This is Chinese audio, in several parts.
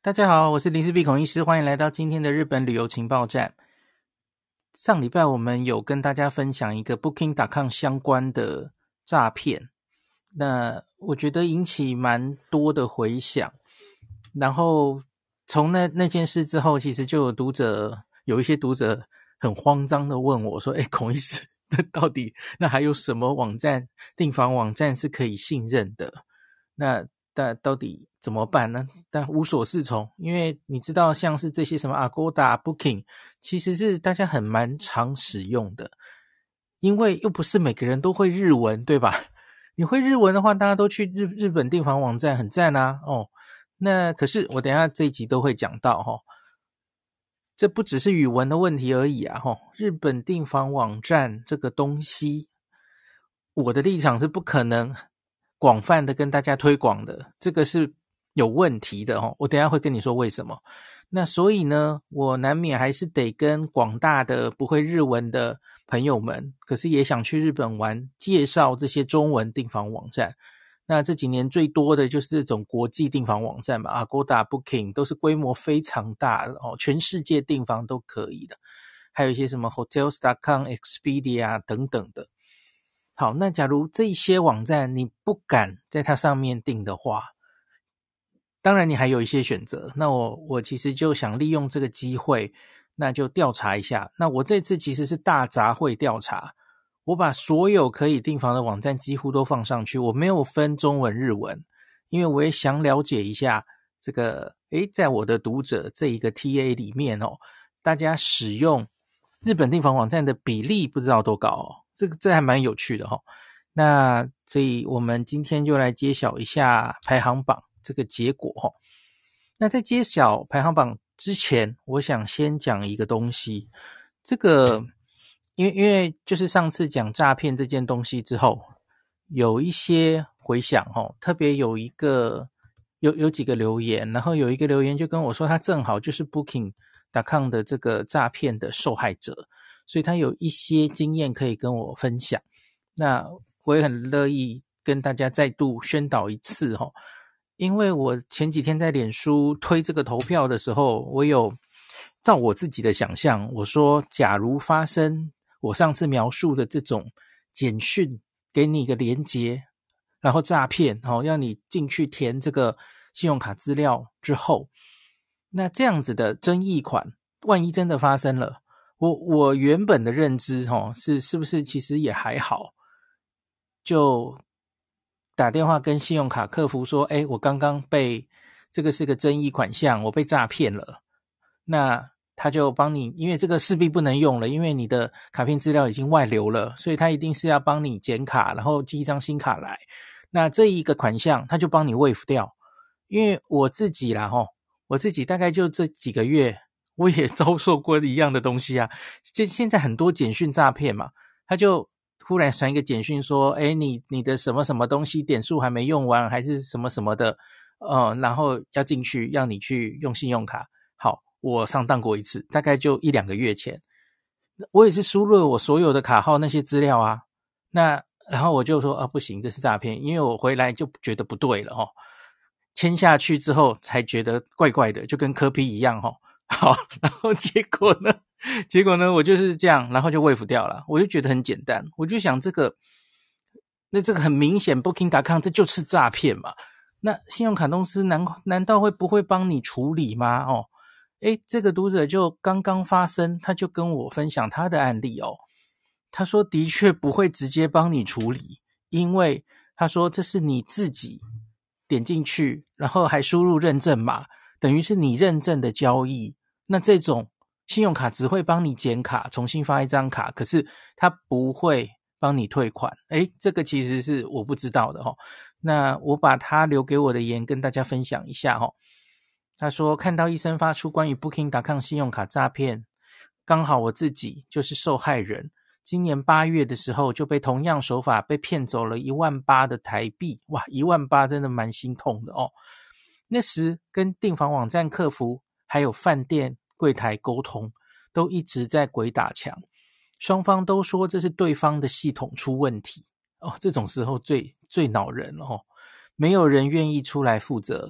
大家好，我是林氏璧孔医师，欢迎来到今天的日本旅游情报站。上礼拜我们有跟大家分享一个 Booking.com 相关的诈骗，那我觉得引起蛮多的回响。然后从那件事之后，其实就有一些读者很慌张的问我说：“孔医师，到底那还有什么订房网站是可以信任的？但到底怎么办呢？但无所适从，因为你知道，像是这些什么 Agoda、Booking， 其实是大家蛮常使用的，因为又不是每个人都会日文，对吧？你会日文的话，大家都去日本订房网站，很赞啊！那可是我等一下这一集都会讲到这不只是语文的问题而已啊！日本订房网站这个东西，我的立场是不可能广泛的跟大家推广的，这个是有问题的我等一下会跟你说为什么。那所以呢，我难免还是得跟广大的不会日文的朋友们，可是也想去日本玩，介绍这些中文订房网站。那这几年最多的就是这种国际订房网站嘛 ，Agoda、Booking 都是规模非常大的全世界订房都可以的，还有一些什么 Hotels.com、Expedia 等等的。好，那假如这些网站你不敢在它上面订的话，当然你还有一些选择。那我其实就想利用这个机会，那就调查一下。那我这次其实是大杂烩调查，我把所有可以订房的网站几乎都放上去，我没有分中文日文，因为我也想了解一下这个在我的读者这一个 TA 里面大家使用日本订房网站的比例不知道多高这还蛮有趣的那所以我们今天就来揭晓一下排行榜这个结果那在揭晓排行榜之前，我想先讲一个东西。这个因为就是上次讲诈骗这件东西之后，有一些回响特别有几个留言，然后有一个留言就跟我说，他正好就是 Booking.com 的这个诈骗的受害者，所以他有一些经验可以跟我分享。那我也很乐意跟大家再度宣导一次因为我前几天在脸书推这个投票的时候，我有照我自己的想象，我说假如发生我上次描述的这种简讯给你一个连结，然后诈骗让你进去填这个信用卡资料之后，那这样子的争议款万一真的发生了，我原本的认知是不是其实也还好，就打电话跟信用卡客服说，我刚刚被这个是个争议款项，我被诈骗了。那他就帮你，因为这个势必不能用了，因为你的卡片资料已经外流了，所以他一定是要帮你剪卡，然后寄一张新卡来。那这一个款项他就帮你 waive 掉。因为我自己啦我自己大概就这几个月我也遭受过一样的东西啊。就现在很多简讯诈骗嘛，他就忽然传一个简讯说，你的什么什么东西点数还没用完，还是什么什么的，然后要进去，要你去用信用卡。好，我上当过一次，大概就1-2个月前，我也是输入了我所有的卡号那些资料啊，然后我就说不行，这是诈骗，因为我回来就觉得不对了签下去之后才觉得怪怪的，就跟柯 P 一样好，然后结果呢我就是这样，然后就 waive 掉了。我就觉得很简单，我就想这个很明显 Booking.com 这就是诈骗嘛。那信用卡公司难道不会帮你处理吗这个读者就刚刚发生，他就跟我分享他的案例他说的确不会直接帮你处理，因为他说这是你自己点进去，然后还输入认证码，等于是你认证的交易。那这种信用卡只会帮你剪卡，重新发一张卡，可是他不会帮你退款。这个其实是我不知道的那我把他留给我的言跟大家分享一下他说看到医生发出关于 Booking.com 信用卡诈骗，刚好我自己就是受害人。今年8月的时候就被同样手法被骗走了18000的台币，哇，18000真的蛮心痛的那时跟订房网站客服还有饭店柜台沟通，都一直在鬼打墙，双方都说这是对方的系统出问题这种时候最恼人没有人愿意出来负责。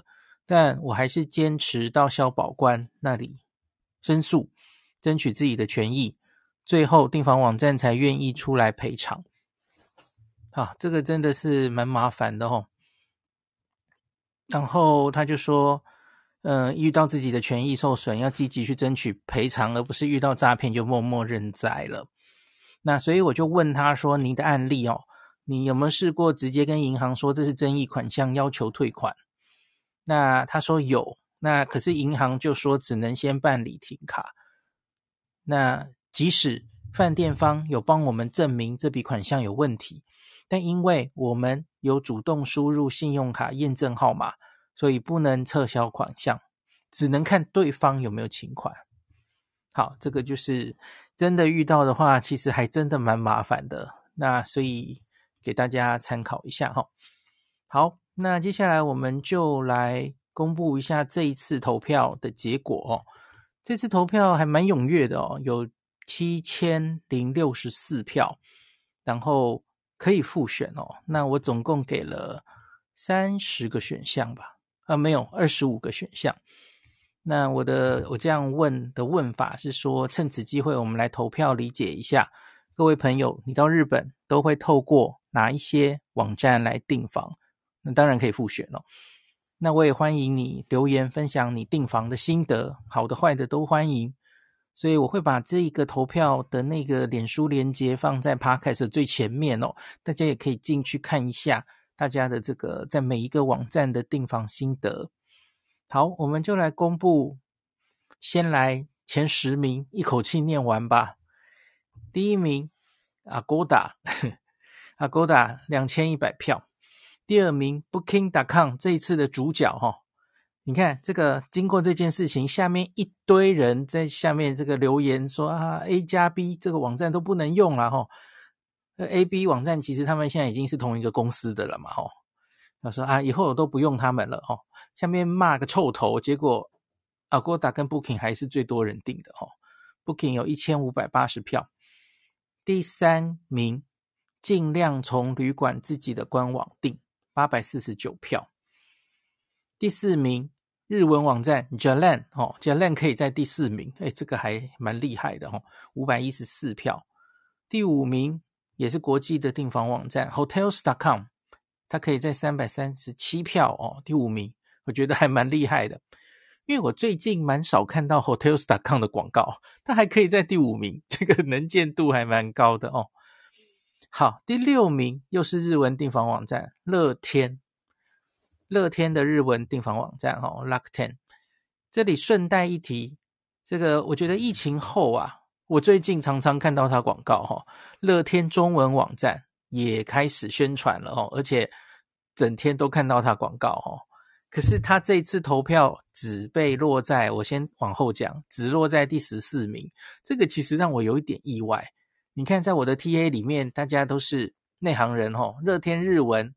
但我还是坚持到消保官那里申诉，争取自己的权益，最后订房网站才愿意出来赔偿。这个真的是蛮麻烦的齁。然后他就说遇到自己的权益受损要积极去争取赔偿，而不是遇到诈骗就默默认栽了。那所以我就问他说，您的案例你有没有试过直接跟银行说这是争议款项要求退款？那他说有，那可是银行就说只能先办理停卡。那即使饭店方有帮我们证明这笔款项有问题，但因为我们有主动输入信用卡验证号码，所以不能撤销款项，只能看对方有没有请款。好，这个就是真的遇到的话，其实还真的蛮麻烦的。那所以给大家参考一下齁。好，那接下来我们就来公布一下这一次投票的结果这次投票还蛮踊跃的有7064票，然后可以复选那我总共给了30个选项吧，没有25个选项。那我这样问的问法是说，趁此机会我们来投票理解一下，各位朋友，你到日本都会透过哪一些网站来订房？那当然可以复选那我也欢迎你留言分享你订房的心得，好的坏的都欢迎。所以我会把这个投票的那个脸书连结放在 Podcast 的最前面大家也可以进去看一下大家的这个在每一个网站的订房心得。好，我们就来公布，先来前10名，一口气念完吧。第一名 Agoda 2100票。第二名 Booking.com 这一次的主角你看这个经过这件事情，下面一堆人在下面这个留言说A 加 B 这个网站都不能用了A、B 网站其实他们现在已经是同一个公司的了嘛他说以后我都不用他们了下面骂个臭头，结果Agoda 跟 Booking 还是最多人订的Booking 有1580票。第三名尽量从旅馆自己的官网订849票。第四名日文网站 Jalan Jalan 可以在第4名这个还蛮厉害的514票。第5名也是国际的订房网站 Hotels.com， 它可以在337票第5名，我觉得还蛮厉害的。因为我最近蛮少看到 Hotels.com 的广告，它还可以在第5名，这个能见度还蛮高的好，第6名又是日文订房网站乐天的日文订房网站Rakuten。 这里顺带一提，这个我觉得疫情后我最近常常看到它广告乐天中文网站也开始宣传了而且整天都看到它广告可是它这次投票只被落在，我先往后讲，只落在第14名，这个其实让我有一点意外。你看在我的 TA 里面大家都是内行人乐天日文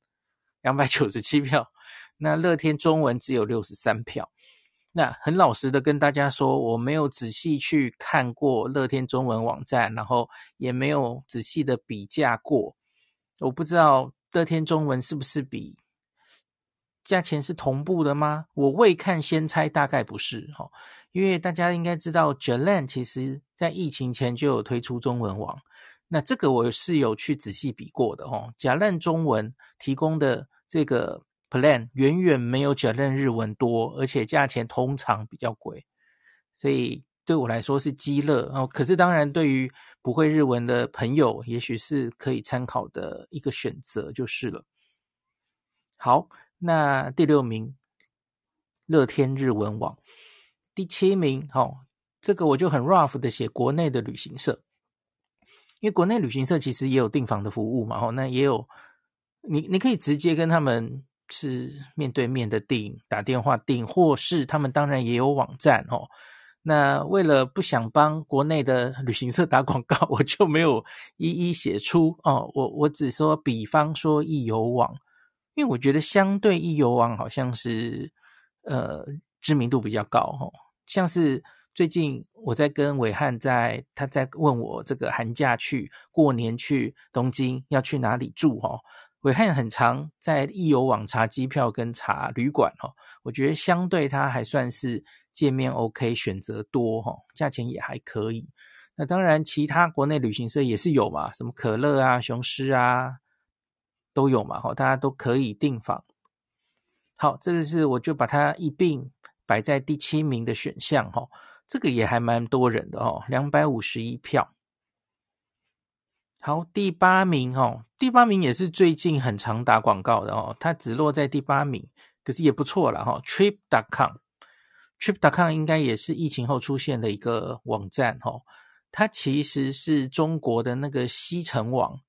297票，那乐天中文只有63票。那很老实的跟大家说，我没有仔细去看过乐天中文网站，然后也没有仔细的比价过，我不知道乐天中文是不是比价钱是同步的吗？我未看先猜大概不是因为大家应该知道 Jalan 其实在疫情前就有推出中文网，那这个我是有去仔细比过的Jalan 中文提供的这个 plan 远远没有 Jalan 日文多，而且价钱通常比较贵，所以对我来说是鸡肋可是当然对于不会日文的朋友也许是可以参考的一个选择就是了。好，那第6名乐天日文网。第7名这个我就很 rough 的写国内的旅行社，因为国内旅行社其实也有订房的服务嘛那也有你可以直接跟他们是面对面的订，打电话订，或是他们当然也有网站那为了不想帮国内的旅行社打广告，我就没有一一写出我只说比方说易游网，因为我觉得相对易游网好像是知名度比较高像是最近我在跟伟汉他在问我这个寒假过年去东京要去哪里住伟汉很常在易游网查机票跟查旅馆我觉得相对它还算是界面 OK， 选择多价钱也还可以。那当然其他国内旅行社也是有嘛，什么可乐啊、雄狮啊都有嘛，大家都可以订房。好，这个是我就把它一并摆在第7名的选项这个也还蛮多人的251票。好，第8名第8名也是最近很常打广告的它只落在第8名，可是也不错啦Trip.com 应该也是疫情后出现的一个网站它其实是中国的那个西城网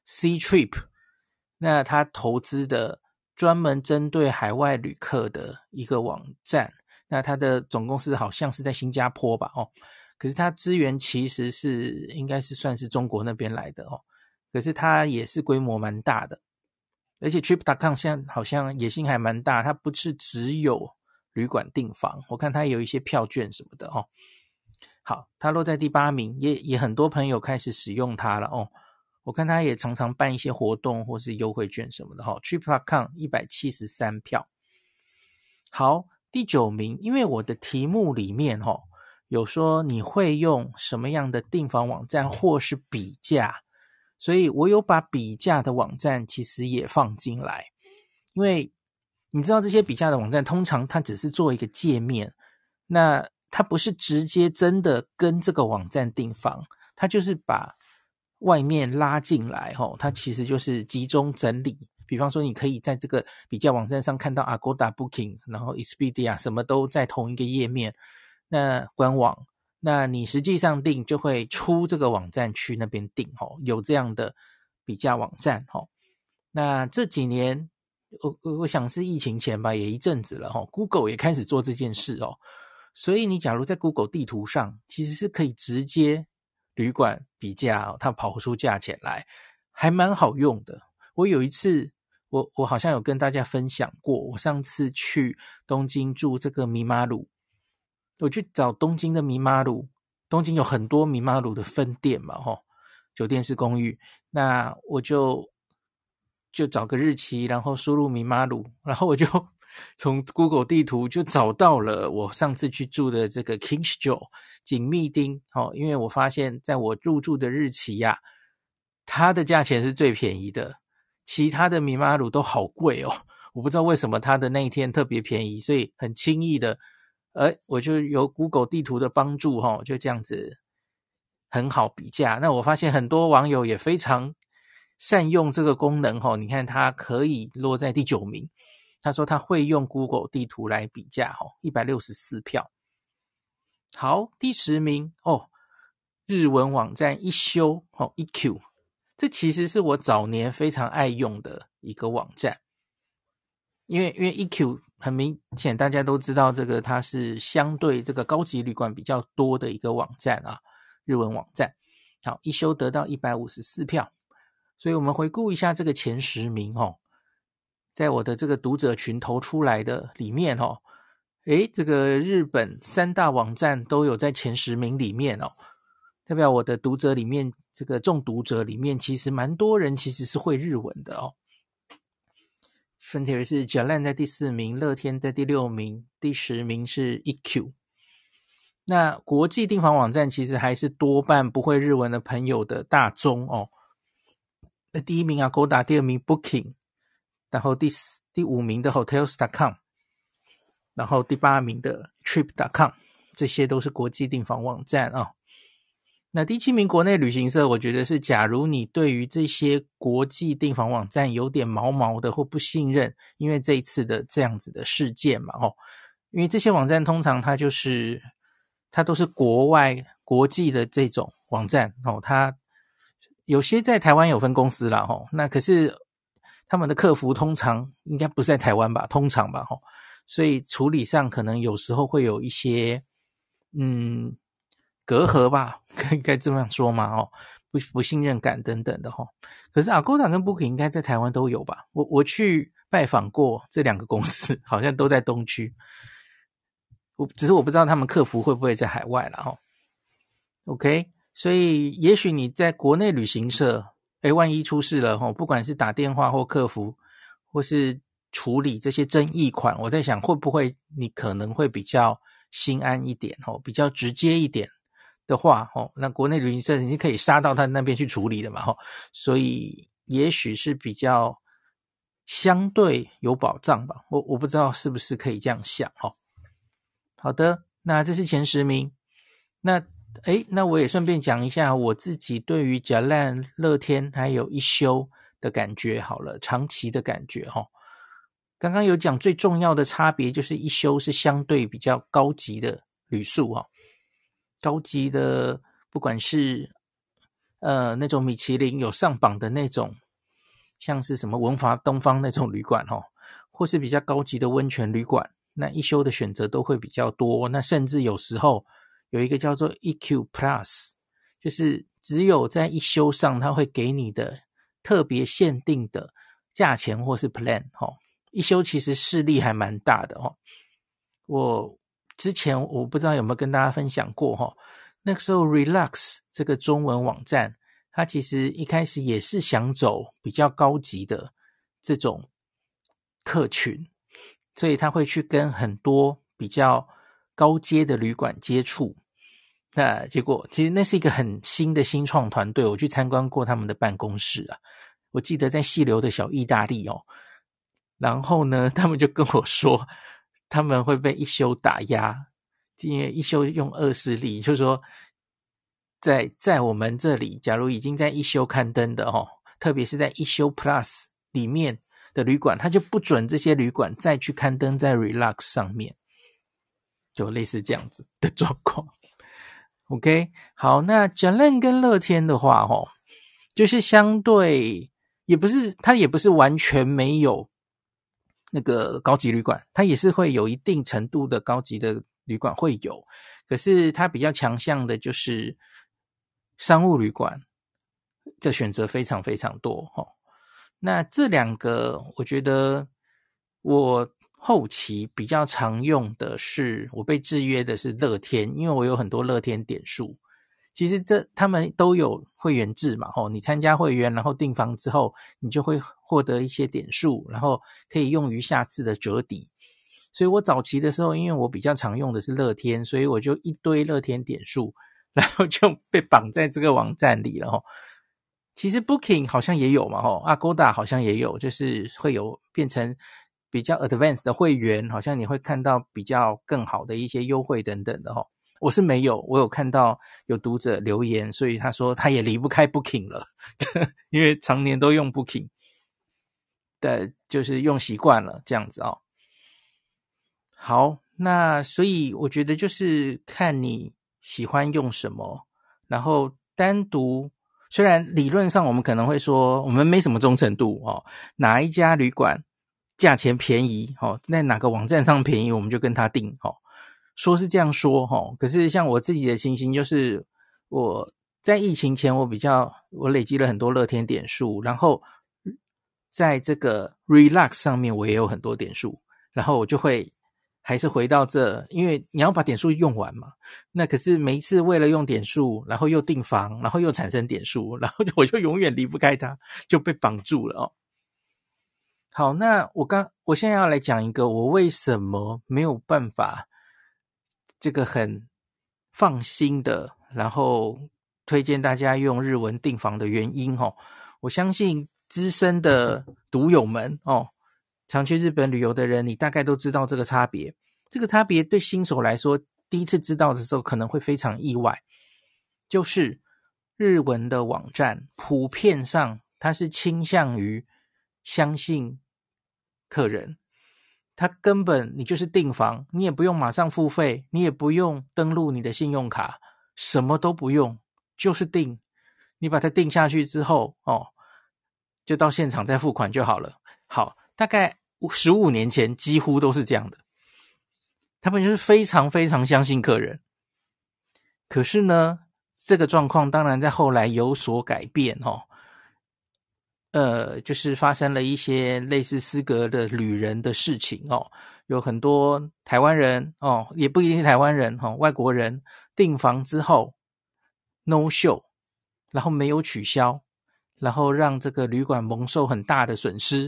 Ctrip， 那它投资的专门针对海外旅客的一个网站，那它的总公司好像是在新加坡吧可是它资源其实是应该是算是中国那边来的可是它也是规模蛮大的，而且 Trip.com 现在好像野心还蛮大，它不是只有旅馆订房，我看它有一些票券什么的好，它落在第8名，也很多朋友开始使用它了我看它也常常办一些活动或是优惠券什么的Trip.com 173票。好，第9名，因为我的题目里面有说你会用什么样的订房网站或是比价，所以我有把比价的网站其实也放进来。因为你知道这些比价的网站通常它只是做一个界面，那它不是直接真的跟这个网站订房，它就是把外面拉进来它其实就是集中整理。比方说你可以在这个比较网站上看到 Agoda Booking 然后 Expedia 什么都在同一个页面，那官网，那你实际上订就会出这个网站去那边订有这样的比价网站那这几年我想是疫情前吧，也一阵子了Google 也开始做这件事所以你假如在 Google 地图上其实是可以直接旅馆比价它跑出价钱来，还蛮好用的。我有一次我好像有跟大家分享过，我上次去东京住这个迷马鲁，我去找东京的迷马鲁，东京有很多迷马鲁的分店嘛酒店式公寓，那我就找个日期，然后输入迷马鲁，然后我就从 Google 地图就找到了我上次去住的这个 Kingsjo 锦密町因为我发现在我入住的日期它的价钱是最便宜的，其他的迷马鲁都好贵我不知道为什么它的那一天特别便宜，所以很轻易的我就有 Google 地图的帮助就这样子很好比价。那我发现很多网友也非常善用这个功能你看它可以落在第9名，他说他会用 Google 地图来比价164票。好，第10名日文网站一休EQ， 这其实是我早年非常爱用的一个网站，因为 EQ 很明显大家都知道这个它是相对这个高级旅馆比较多的一个网站日文网站。好，一休得到154票，所以我们回顾一下这个前10名在我的这个读者群投出来的里面这个日本3大网站都有在前10名里面代表我的读者里面，这个众读者里面其实蛮多人其实是会日文的分别是 Jalan 在第4名，乐天在第6名，第10名是 EQ。 那国际订房网站其实还是多半不会日文的朋友的大宗那第1名Agoda， 第2名 Booking， 然后第5名的 Hotels.com， 然后第8名的 Trip.com， 这些都是国际订房网站那第7名国内旅行社，我觉得是假如你对于这些国际订房网站有点毛毛的或不信任，因为这一次的这样子的事件嘛因为这些网站通常它都是国外国际的这种网站它有些在台湾有分公司啦那可是他们的客服通常应该不在台湾吧，通常吧所以处理上可能有时候会有一些隔阂吧，该这么说嘛不信任感等等的可是 Agoda 跟 Booking 应该在台湾都有吧，我去拜访过这2个公司，好像都在东区，只是我不知道他们客服会不会在海外啦OK， 所以也许你在国内旅行社万一出事了不管是打电话或客服或是处理这些争议款，我在想会不会你可能会比较心安一点比较直接一点的话那国内旅行社已经可以杀到他那边去处理的嘛所以也许是比较相对有保障吧，我不知道是不是可以这样想好的，那这是前10名。那我也顺便讲一下我自己对于Jalan、乐天还有一休的感觉好了，长期的感觉刚刚有讲最重要的差别就是一休是相对比较高级的旅宿高级的不管是那种米其林有上榜的那种，像是什么文华东方那种旅馆或是比较高级的温泉旅馆，那一休的选择都会比较多，那甚至有时候有一个叫做 EQ Plus， 就是只有在一休上它会给你的特别限定的价钱或是 plan 一休其实势力还蛮大的我之前我不知道有没有跟大家分享过那个时候 Relax 这个中文网站它其实一开始也是想走比较高级的这种客群，所以他会去跟很多比较高阶的旅馆接触，那结果其实那是一个很新的新创团队，我去参观过他们的办公室我记得在细流的小意大利然后呢他们就跟我说他们会被一休打压，因为一休用恶势力，就是说在我们这里假如已经在一休刊登的特别是在一休 Plus 里面的旅馆，他就不准这些旅馆再去刊登在 Relax 上面，就类似这样子的状况。OK， 好，那 Jalan 跟乐天的话就是相对它也不是完全没有那个高级旅馆，它也是会有一定程度的高级的旅馆会有，可是它比较强项的就是商务旅馆的选择非常非常多那这两个我觉得我后期比较常用的是我被制约的是乐天，因为我有很多乐天点数，其实他们都有会员制嘛你参加会员然后订房之后你就会获得一些点数，然后可以用于下次的折抵，所以我早期的时候因为我比较常用的是乐天，所以我就一堆乐天点数然后就被绑在这个网站里了其实 Booking 好像也有嘛Agoda 好像也有，就是会有变成比较 advanced 的会员，好像你会看到比较更好的一些优惠等等的我是没有，我有看到有读者留言，所以他说他也离不开 Booking 了因为常年都用 Booking 的，就是用习惯了这样子好，那所以我觉得就是看你喜欢用什么，然后单独虽然理论上我们可能会说我们没什么忠诚度哪一家旅馆价钱便宜在哪个网站上便宜我们就跟他订说是这样说可是像我自己的情形就是我在疫情前我累积了很多乐天点数，然后在这个 Relax 上面我也有很多点数，然后我就会还是回到这，因为你要把点数用完嘛，那可是每一次为了用点数然后又订房然后又产生点数，然后我就永远离不开它，就被绑住了好，那我现在要来讲一个我为什么没有办法这个很放心的然后推荐大家用日文订房的原因我相信资深的读友们常去日本旅游的人你大概都知道这个差别，这个差别对新手来说第一次知道的时候可能会非常意外，就是日文的网站普遍上它是倾向于相信客人，他根本你就是订房，你也不用马上付费，你也不用登录你的信用卡，什么都不用，就是订，你把它订下去之后就到现场再付款就好了。好，大概15年前几乎都是这样的，他们就是非常非常相信客人。可是呢这个状况当然在后来有所改变就是发生了一些类似斯格的旅人的事情有很多台湾人也不一定是台湾人外国人订房之后 no show， 然后没有取消，然后让这个旅馆蒙受很大的损失，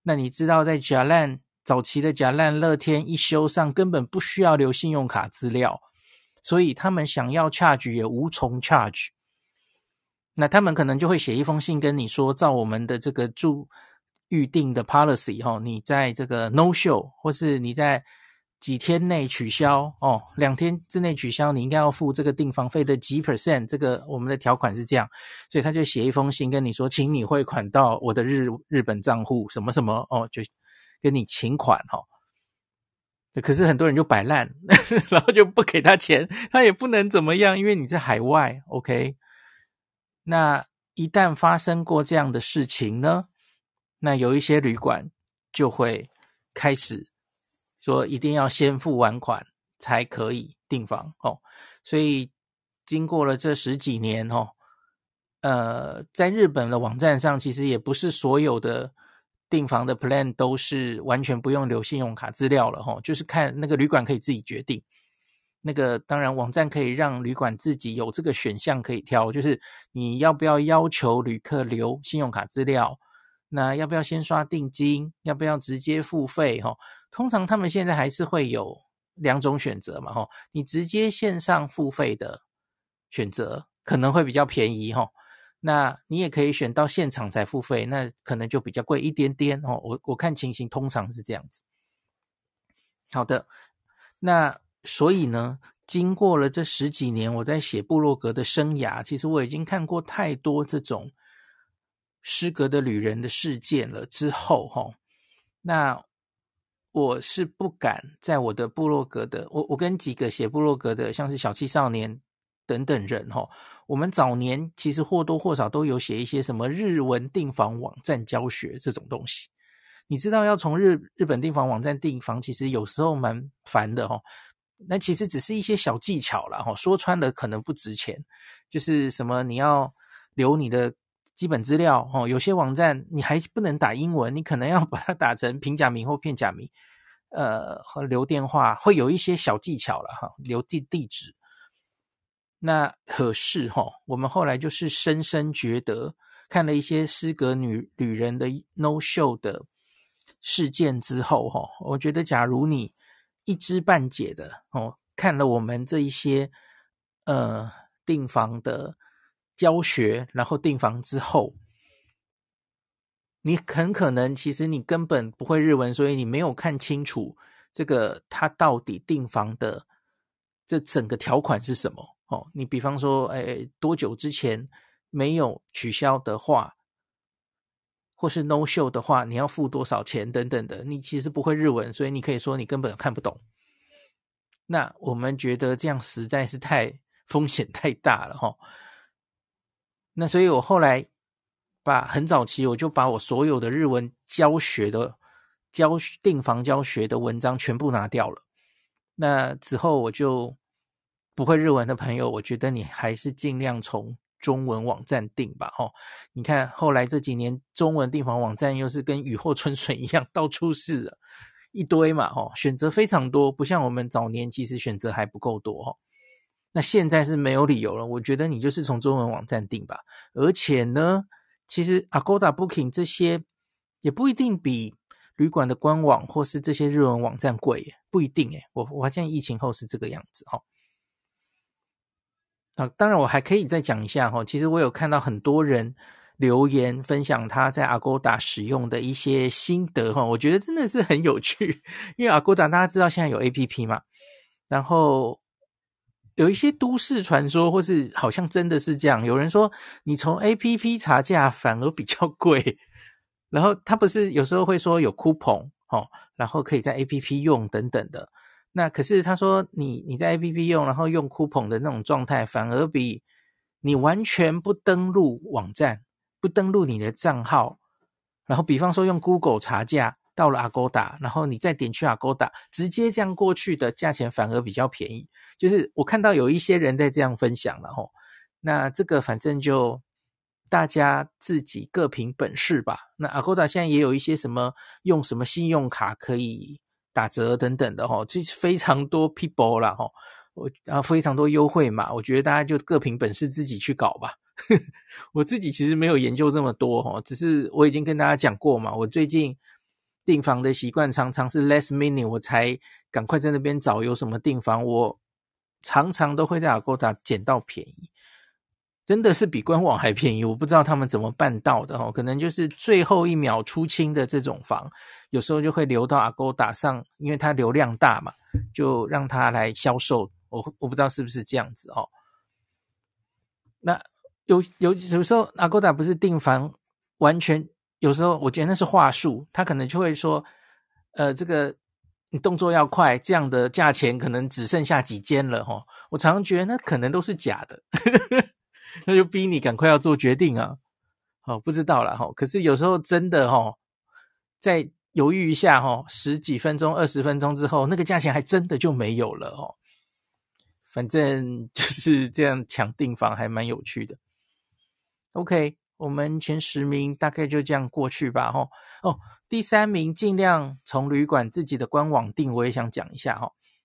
那你知道在Jalan早期的Jalan乐天一休上根本不需要留信用卡资料，所以他们想要 charge 也无从 charge。那他们可能就会写一封信跟你说，照我们的这个预定的 policy 你在这个 no show 或是你在几天内取消2天之内取消，你应该要付这个订房费的几 %， 这个我们的条款是这样，所以他就写一封信跟你说，请你汇款到我的日本账户什么什么就跟你请款可是很多人就摆烂然后就不给他钱，他也不能怎么样，因为你在海外 OK。 那一旦发生过这样的事情呢，那有一些旅馆就会开始说一定要先付完款才可以订房所以经过了这10几年在日本的网站上，其实也不是所有的订房的 plan 都是完全不用留信用卡资料了就是看那个旅馆可以自己决定。那个当然网站可以让旅馆自己有这个选项可以挑，就是你要不要求旅客留信用卡资料，那要不要先刷定金，要不要直接付费通常他们现在还是会有2种选择嘛你直接线上付费的选择可能会比较便宜那你也可以选到现场才付费，那可能就比较贵一点点我看情形通常是这样子。好的，那所以呢，经过了这10几年我在写部落格的生涯，其实我已经看过太多这种失格的旅人的事件了之后那我是不敢在我的部落格的我跟几个写部落格的像是小七少年等等人我们早年其实或多或少都有写一些什么日文订房网站教学这种东西。你知道要从日本订房网站订房其实有时候蛮烦的那其实只是一些小技巧啦说穿了可能不值钱，就是什么你要留你的基本资料有些网站你还不能打英文，你可能要把它打成平假名或片假名和留电话，会有一些小技巧啦留地址。那可是我们后来就是深深觉得，看了一些失格旅人的 no show 的事件之后我觉得假如你一知半解的看了我们这一些订房的教学，然后订房之后，你很可能其实你根本不会日文，所以你没有看清楚这个他到底订房的这整个条款是什么你比方说多久之前没有取消的话，或是 no show 的话，你要付多少钱等等的，你其实不会日文，所以你可以说你根本看不懂。那我们觉得这样实在是风险太大了那所以我后来很早期我就把我所有的日文教学的订房教学的文章全部拿掉了。那之后我就不会日文的朋友，我觉得你还是尽量从中文网站订吧你看后来这几年中文订房网站又是跟雨后春笋一样到处是一堆嘛选择非常多，不像我们早年其实选择还不够多那现在是没有理由了，我觉得你就是从中文网站订吧。而且呢，其实 Agoda Booking 这些也不一定比旅馆的官网或是这些日文网站贵耶，不一定耶。我发现疫情后是这个样子当然我还可以再讲一下其实我有看到很多人留言分享他在 Agoda 使用的一些心得我觉得真的是很有趣。因为 Agoda 大家知道现在有 APP 嘛，然后有一些都市传说或是好像真的是这样，有人说你从 APP 查价反而比较贵，然后他不是有时候会说有 coupon 然后可以在 APP 用等等的，那可是他说你在 APP 用然后用 coupon 的那种状态反而比你完全不登录网站，不登录你的账号，然后比方说用 Google 查价到了 Agoda， 然后你再点去 Agoda 直接这样过去的价钱反而比较便宜，就是我看到有一些人在这样分享了那这个反正就大家自己各凭本事吧。那 Agoda 现在也有一些什么用什么信用卡可以打折等等的这非常多 people 啦非常多优惠嘛，我觉得大家就各凭本事自己去搞吧。我自己其实没有研究这么多只是我已经跟大家讲过嘛，我最近订房的习惯常常是 last minute 我才赶快在那边找有什么订房，我常常都会在 Agoda 捡到便宜，真的是比官网还便宜，我不知道他们怎么办到的可能就是最后一秒出清的这种房，有时候就会流到 Agoda 上，因为它流量大嘛，就让它来销售，我不知道是不是这样子那有时候 Agoda 不是订房完全，有时候我觉得那是话术，他可能就会说这个你动作要快，这样的价钱可能只剩下几间了我常常觉得那可能都是假的那就逼你赶快要做决定啊不知道啦可是有时候真的再犹豫一下10几分钟20分钟之后，那个价钱还真的就没有了反正就是这样抢订房还蛮有趣的。OK， 我们前10名大概就这样过去吧第3名尽量从旅馆自己的官网订，我也想讲一下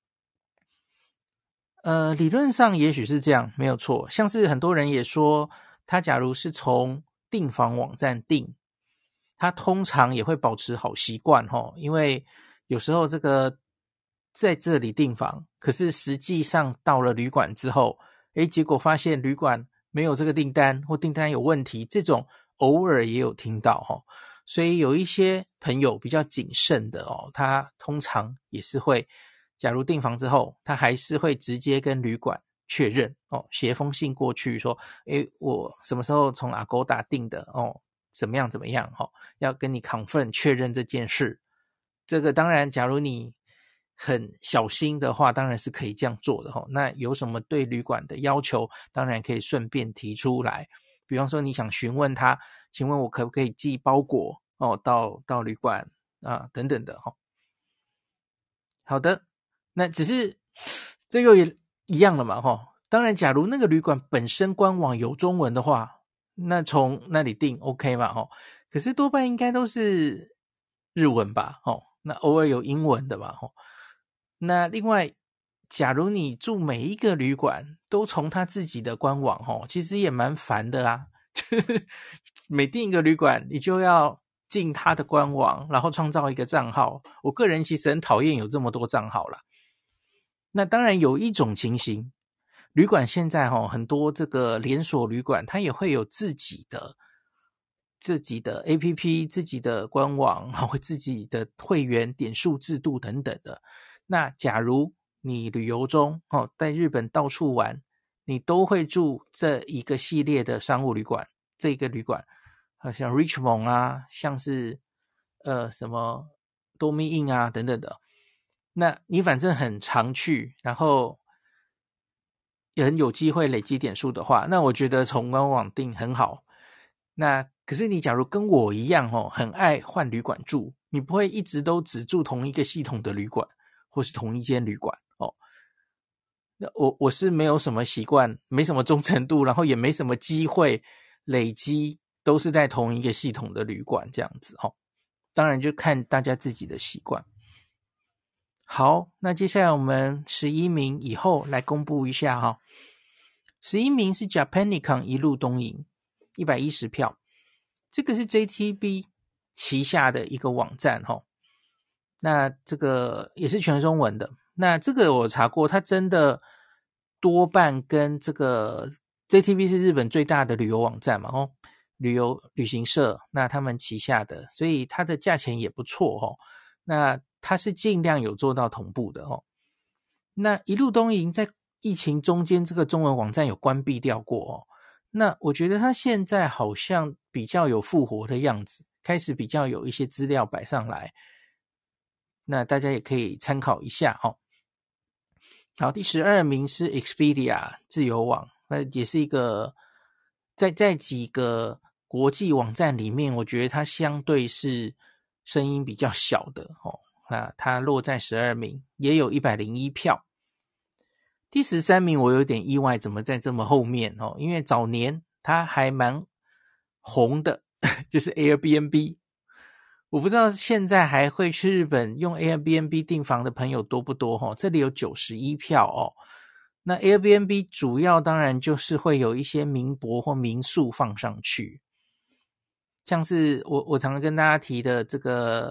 理论上也许是这样没有错，像是很多人也说他假如是从订房网站订，他通常也会保持好习惯因为有时候这个在这里订房，可是实际上到了旅馆之后结果发现旅馆没有这个订单或订单有问题，这种偶尔也有听到所以有一些朋友比较谨慎的他通常也是会假如订房之后，他还是会直接跟旅馆确认写封信过去说我什么时候从 Agoda 订的怎么样要跟你 confirm 确认这件事。这个当然假如你很小心的话，当然是可以这样做的那有什么对旅馆的要求，当然可以顺便提出来，比方说你想询问他，请问我可不可以寄包裹到旅馆啊等等的好的，那只是这个也一样了嘛当然假如那个旅馆本身官网有中文的话，那从那里订 OK 嘛可是多半应该都是日文吧那偶尔有英文的吧那另外假如你住每一个旅馆都从他自己的官网其实也蛮烦的啊就是每订一个旅馆你就要进他的官网，然后创造一个账号，我个人其实很讨厌有这么多账号啦。那当然有一种情形，旅馆现在很多这个连锁旅馆它也会有自己的 APP 自己的官网，然后自己的会员点数制度等等的。那假如你旅游中在日本到处玩，你都会住这一个系列的商务旅馆，这个旅馆像 Richmond 啊，像是什么 Dormy Inn 啊等等的，那你反正很常去，然后也很有机会累积点数的话，那我觉得从官网订很好。那可是你假如跟我一样很爱换旅馆住，你不会一直都只住同一个系统的旅馆或是同一间旅馆那我是没有什么习惯，没什么忠诚度，然后也没什么机会累积都是在同一个系统的旅馆这样子当然就看大家自己的习惯。好，那接下来我们11名以后来公布一下11名是 Japanicon 一路东瀛110票，这个是 JTB 旗下的一个网站那这个也是全中文的，那这个我查过，它真的多半跟这个 JTB 是日本最大的旅游网站嘛旅行社，那他们旗下的，所以它的价钱也不错那它是尽量有做到同步的那一路东瀛在疫情中间这个中文网站有关闭掉过那我觉得它现在好像比较有复活的样子，开始比较有一些资料摆上来，那大家也可以参考一下好，第12名是 Expedia 自由网，那也是一个在几个国际网站里面，我觉得它相对是声音比较小的那它落在12名，也有101票。第13名我有点意外，怎么在这么后面因为早年它还蛮红的，就是 Airbnb。我不知道现在还会去日本用 Airbnb 订房的朋友多不多这里有91票那 Airbnb 主要当然就是会有一些民博或民宿放上去，像是我常常跟大家提的这个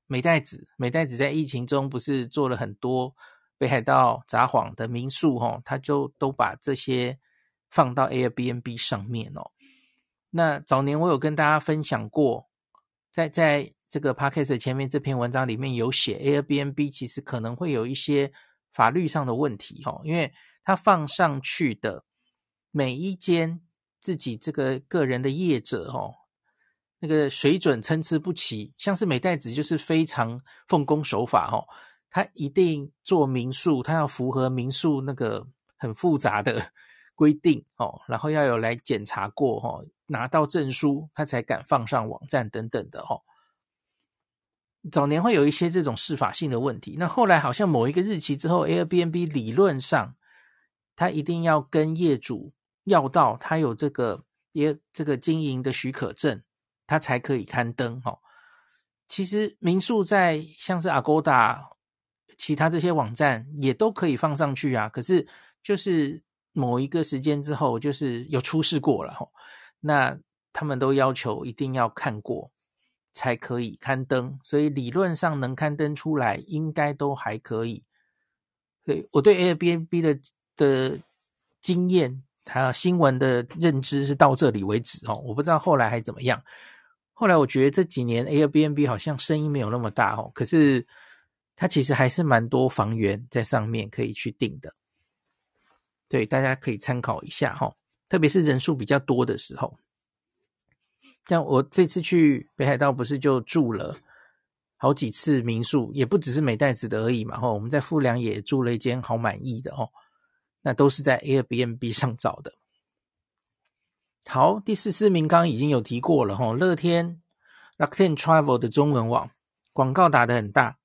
美代子在疫情中不是做了很多北海道札幌的民宿他就都把这些放到 Airbnb 上面那早年我有跟大家分享过，在这个 podcast 前面这篇文章里面有写 Airbnb 其实可能会有一些法律上的问题因为它放上去的每一间自己这个个人的业者那个水准参差不齐，像是美代子就是非常奉公守法他一定做民宿，他要符合民宿那个很复杂的规定然后要有来检查过拿到证书他才敢放上网站等等的早年会有一些这种适法性的问题，那后来好像某一个日期之后 Airbnb 理论上他一定要跟业主要到他有这个经营的许可证，他才可以刊登其实民宿在像是 Agoda 其他这些网站也都可以放上去啊，可是就是某一个时间之后就是有出事过了那他们都要求一定要看过才可以刊登，所以理论上能刊登出来应该都还可以。所以我对 Airbnb 的经验还有新闻的认知是到这里为止我不知道后来还怎么样。后来我觉得这几年 Airbnb 好像声音没有那么大可是它其实还是蛮多房源在上面可以去订的，对，大家可以参考一下特别是人数比较多的时候。像我这次去北海道不是就住了好几次民宿，也不只是美代子的而已嘛我们在富良也住了一间好满意的那都是在 Airbnb 上找的。好，第14名刚刚已经有提过了乐天 Rakuten Travel 的中文网广告打得很大，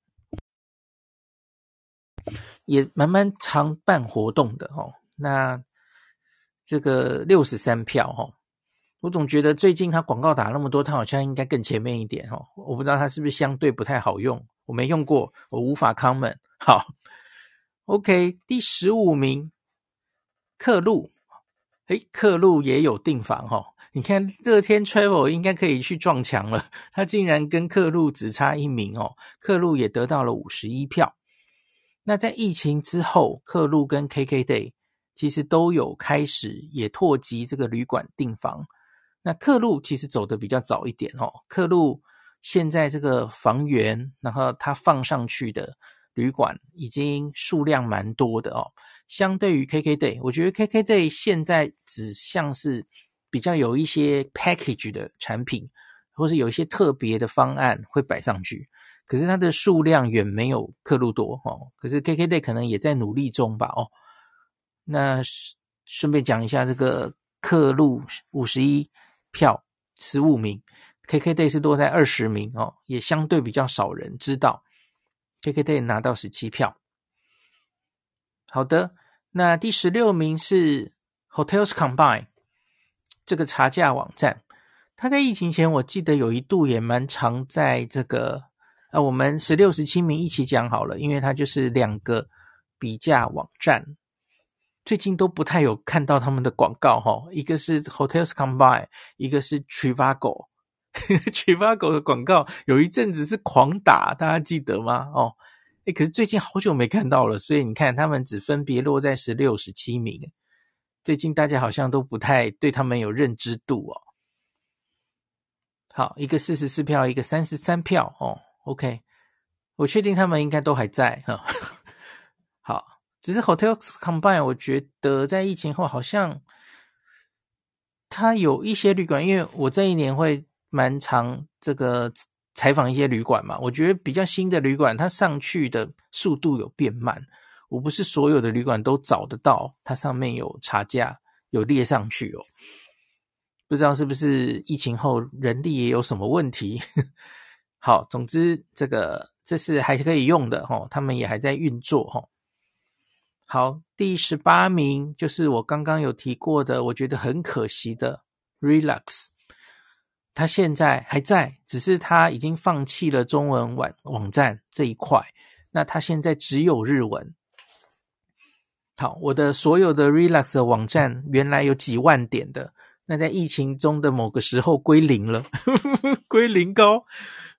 也蛮常办活动的那这个63票我总觉得最近他广告打那么多，他好像应该更前面一点我不知道他是不是相对不太好用，我没用过，我无法 comment。 好 OK， 第15名客路客路也有订房你看乐天 Travel 应该可以去撞墙了，他竟然跟客路只差1名客路也得到了51票。那在疫情之后，客路跟 KKday 其实都有开始也拓及这个旅馆订房。那客路其实走得比较早一点客路现在这个房源，然后它放上去的旅馆已经数量蛮多的相对于 KKday， 我觉得 KKday 现在只像是比较有一些 package 的产品，或是有一些特别的方案会摆上去，可是它的数量远没有客路多可是 KKday 可能也在努力中吧那顺便讲一下这个客路51票15名 KKday 是落在20名也相对比较少人知道 KKday 拿到17票。好的，那第16名是 Hotels Combine 这个查价网站，它在疫情前我记得有一度也蛮常在这个我们16、17名一起讲好了，因为它就是2个比价网站，最近都不太有看到他们的广告一个是 Hotels Combine， 一个是 Trivago Trivago 的广告有一阵子是狂打，大家记得吗可是最近好久没看到了，所以你看他们只分别落在16、17名，最近大家好像都不太对他们有认知度好，一个44票，一个33票OK， 我确定他们应该都还在好，只是 Hotels Combine 我觉得在疫情后好像它有一些旅馆，因为我这一年会蛮常这个采访一些旅馆嘛，我觉得比较新的旅馆它上去的速度有变慢，我不是所有的旅馆都找得到它上面有查价有列上去不知道是不是疫情后人力也有什么问题好，总之这是还可以用的他们也还在运作好，第18名就是我刚刚有提过的，我觉得很可惜的 Relax， 它现在还在，只是它已经放弃了中文网站这一块，那它现在只有日文。好，我的所有的 Relax 的网站原来有几万点的，那在疫情中的某个时候归零了归零高，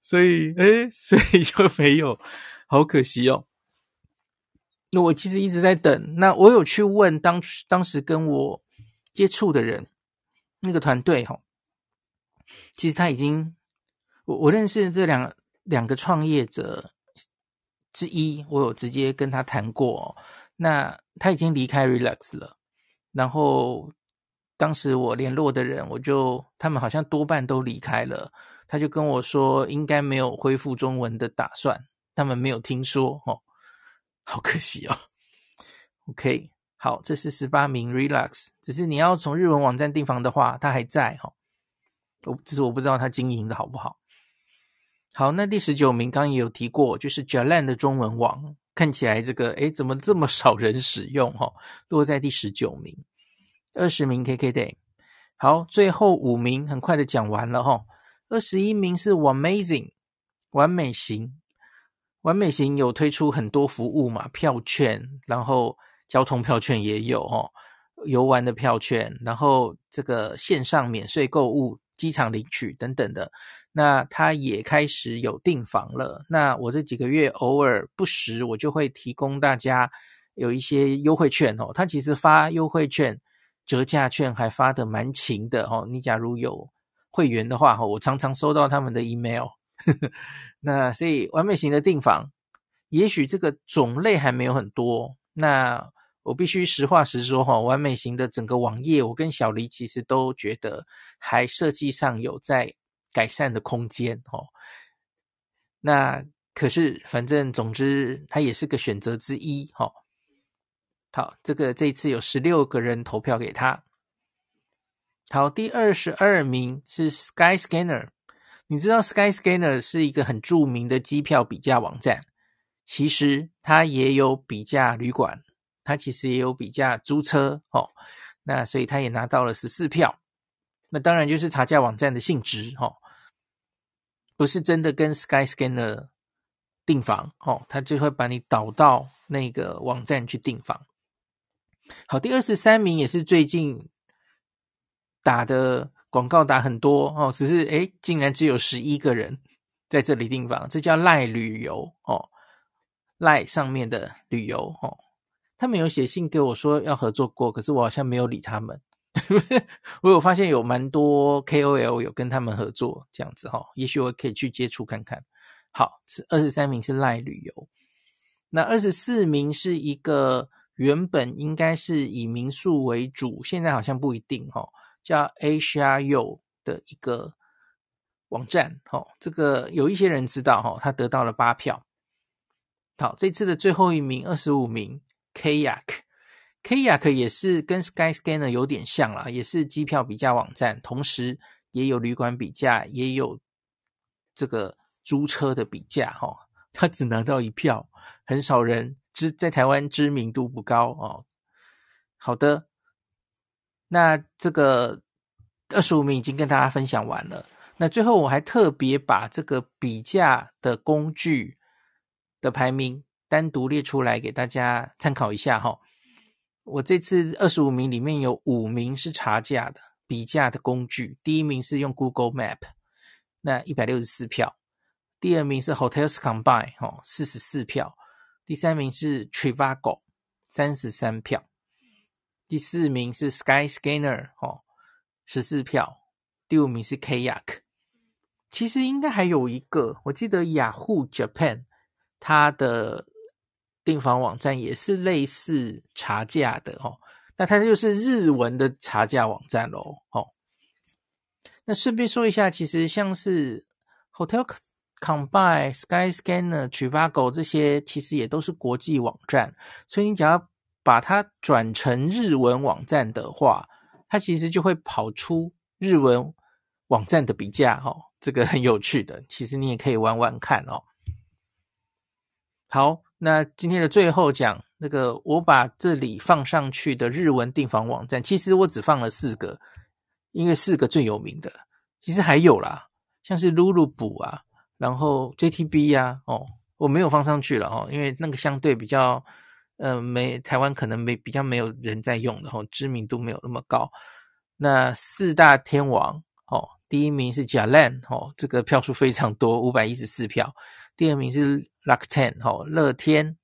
所以就没有，好可惜哦。那我其实一直在等，那我有去问当时跟我接触的人，那个团队其实他已经，我认识这两个创业者之一，我有直接跟他谈过那他已经离开 Relax 了，然后当时我联络的人，他们好像多半都离开了，他就跟我说应该没有恢复中文的打算，他们没有听说好可惜哦。OK， 好，这是18名 Relax， 只是你要从日文网站订房的话，它还在只是我不知道它经营的好不好。好，那第19名刚刚也有提过，就是 Jalan 的中文网，看起来这个怎么这么少人使用落在第19名。20名 KKday。好，最后5名很快的讲完了21名是 Amazing 完美行。完美行有推出很多服务嘛，票券，然后交通票券也有游玩的票券，然后这个线上免税购物、机场领取等等的。那它也开始有订房了。那我这几个月偶尔不时我就会提供大家有一些优惠券它其实发优惠券、折价券还发得蛮勤的你假如有会员的话我常常收到他们的 email。那所以完美型的订房，也许这个种类还没有很多。那我必须实话实说完美型的整个网页，我跟小黎其实都觉得还设计上有在改善的空间那可是反正总之它也是个选择之一好，这一次有16个人投票给他。好，第22名是 Skyscanner。你知道 Skyscanner 是一个很著名的机票比价网站，其实它也有比价旅馆，它其实也有比价租车那所以它也拿到了14票。那当然就是查价网站的性质不是真的跟 Skyscanner 订房它就会把你导到那个网站去订房。好，第23名也是最近打的广告打很多只是竟然只有11个人在这里订房，这叫赖旅游赖上面的旅游他们有写信给我说要合作过，可是我好像没有理他们。我有发现有蛮多 KOL 有跟他们合作这样子也许我可以去接触看看。好，是23名是赖旅游。那24名是一个原本应该是以民宿为主，现在好像不一定叫 Asia.io 的一个网站这个有一些人知道他得到了8票。好，这次的最后一名25名 Kayak 也是跟 Skyscanner 有点像啦，也是机票比价网站，同时也有旅馆比价，也有这个租车的比价他只拿到1票，很少人在台湾知名度不高好的，那这个25名已经跟大家分享完了。那最后我还特别把这个比价的工具的排名单独列出来给大家参考一下我这次25名里面有5名是查价的比价的工具，第一名是用 Google Map， 那164票，第二名是 Hotels Combine 44票，第三名是 Trivago 33票，第4名是 Skyscanner 14票，第5名是 Kayak。 其实应该还有一个，我记得 Yahoo Japan 它的订房网站也是类似查价的那它就是日文的查价网站咯那顺便说一下，其实像是 Hotel Combine、Skyscanner、Trivago 这些其实也都是国际网站，所以你只要把它转成日文网站的话，它其实就会跑出日文网站的比价这个很有趣的，其实你也可以玩玩看好，那今天的最后讲那个我把这里放上去的日文订房网站，其实我只放了4个，因为4个最有名的，其实还有啦，像是 Lulubu 啊，然后 JTB 啊我没有放上去了因为那个相对比较台湾可能比较没有人在用的知名度没有那么高。那4大天王第一名是 Jalan 这个票数非常多514票。第二名是 Rakuten 乐天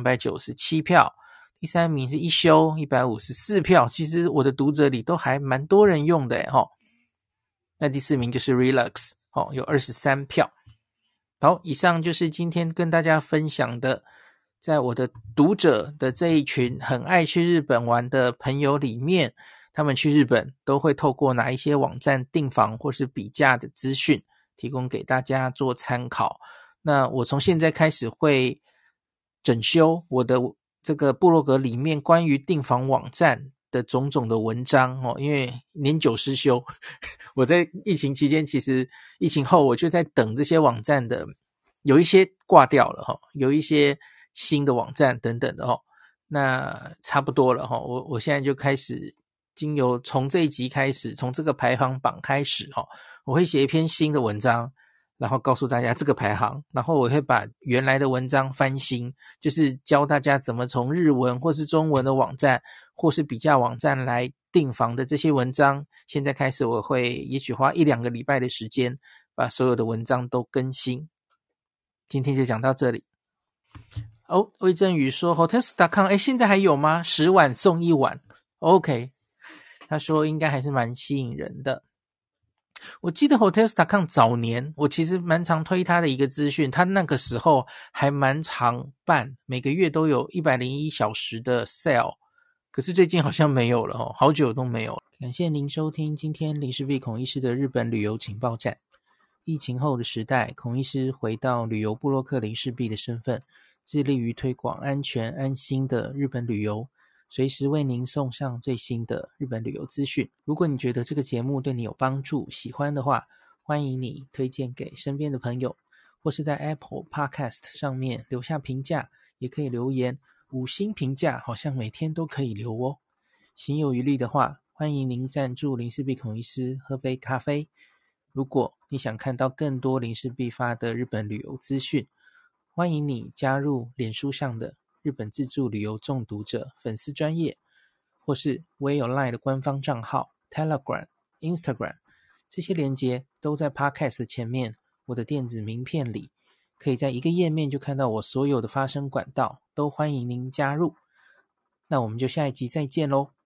297票。第三名是一休154票，其实我的读者里都还蛮多人用的那第四名就是 Relax 有23票。好，以上就是今天跟大家分享的，在我的读者的这一群很爱去日本玩的朋友里面，他们去日本都会透过哪一些网站订房或是比价的资讯，提供给大家做参考。那我从现在开始会整修我的这个部落格里面关于订房网站的种种的文章因为年久失修，我在疫情期间，其实疫情后我就在等这些网站的，有一些挂掉了有一些新的网站等等的那差不多了我现在就开始经由从这一集开始，从这个排行榜开始我会写一篇新的文章，然后告诉大家这个排行，然后我会把原来的文章翻新，就是教大家怎么从日文或是中文的网站或是比价网站来订房的这些文章，现在开始我会也许花1-2个礼拜的时间把所有的文章都更新。今天就讲到这里。魏振宇说 Hotels.com 现在还有吗？10晚送1晚 OK， 他说应该还是蛮吸引人的。我记得 Hotels.com 早年我其实蛮常推他的一个资讯，他那个时候还蛮常办，每个月都有101小时的 sale， 可是最近好像没有了好久都没有了。感谢您收听今天林氏璧孔医师的日本旅游情报站。疫情后的时代，孔医师回到旅游部落客林氏璧的身份，致力于推广安全安心的日本旅游，随时为您送上最新的日本旅游资讯。如果你觉得这个节目对你有帮助，喜欢的话，欢迎你推荐给身边的朋友，或是在 Apple Podcast 上面留下评价，也可以留言，5星评价好像每天都可以留哦。行有余力的话，欢迎您赞助林氏璧孔医师喝杯咖啡。如果你想看到更多林氏璧发的日本旅游资讯，欢迎你加入脸书上的日本自助旅游中毒者粉丝专页，或是我也有 LINE 的官方账号 Telegram、Instagram， 这些连结都在 Podcast 的前面我的电子名片里，可以在一个页面就看到我所有的发声管道，都欢迎您加入。那我们就下一集再见咯。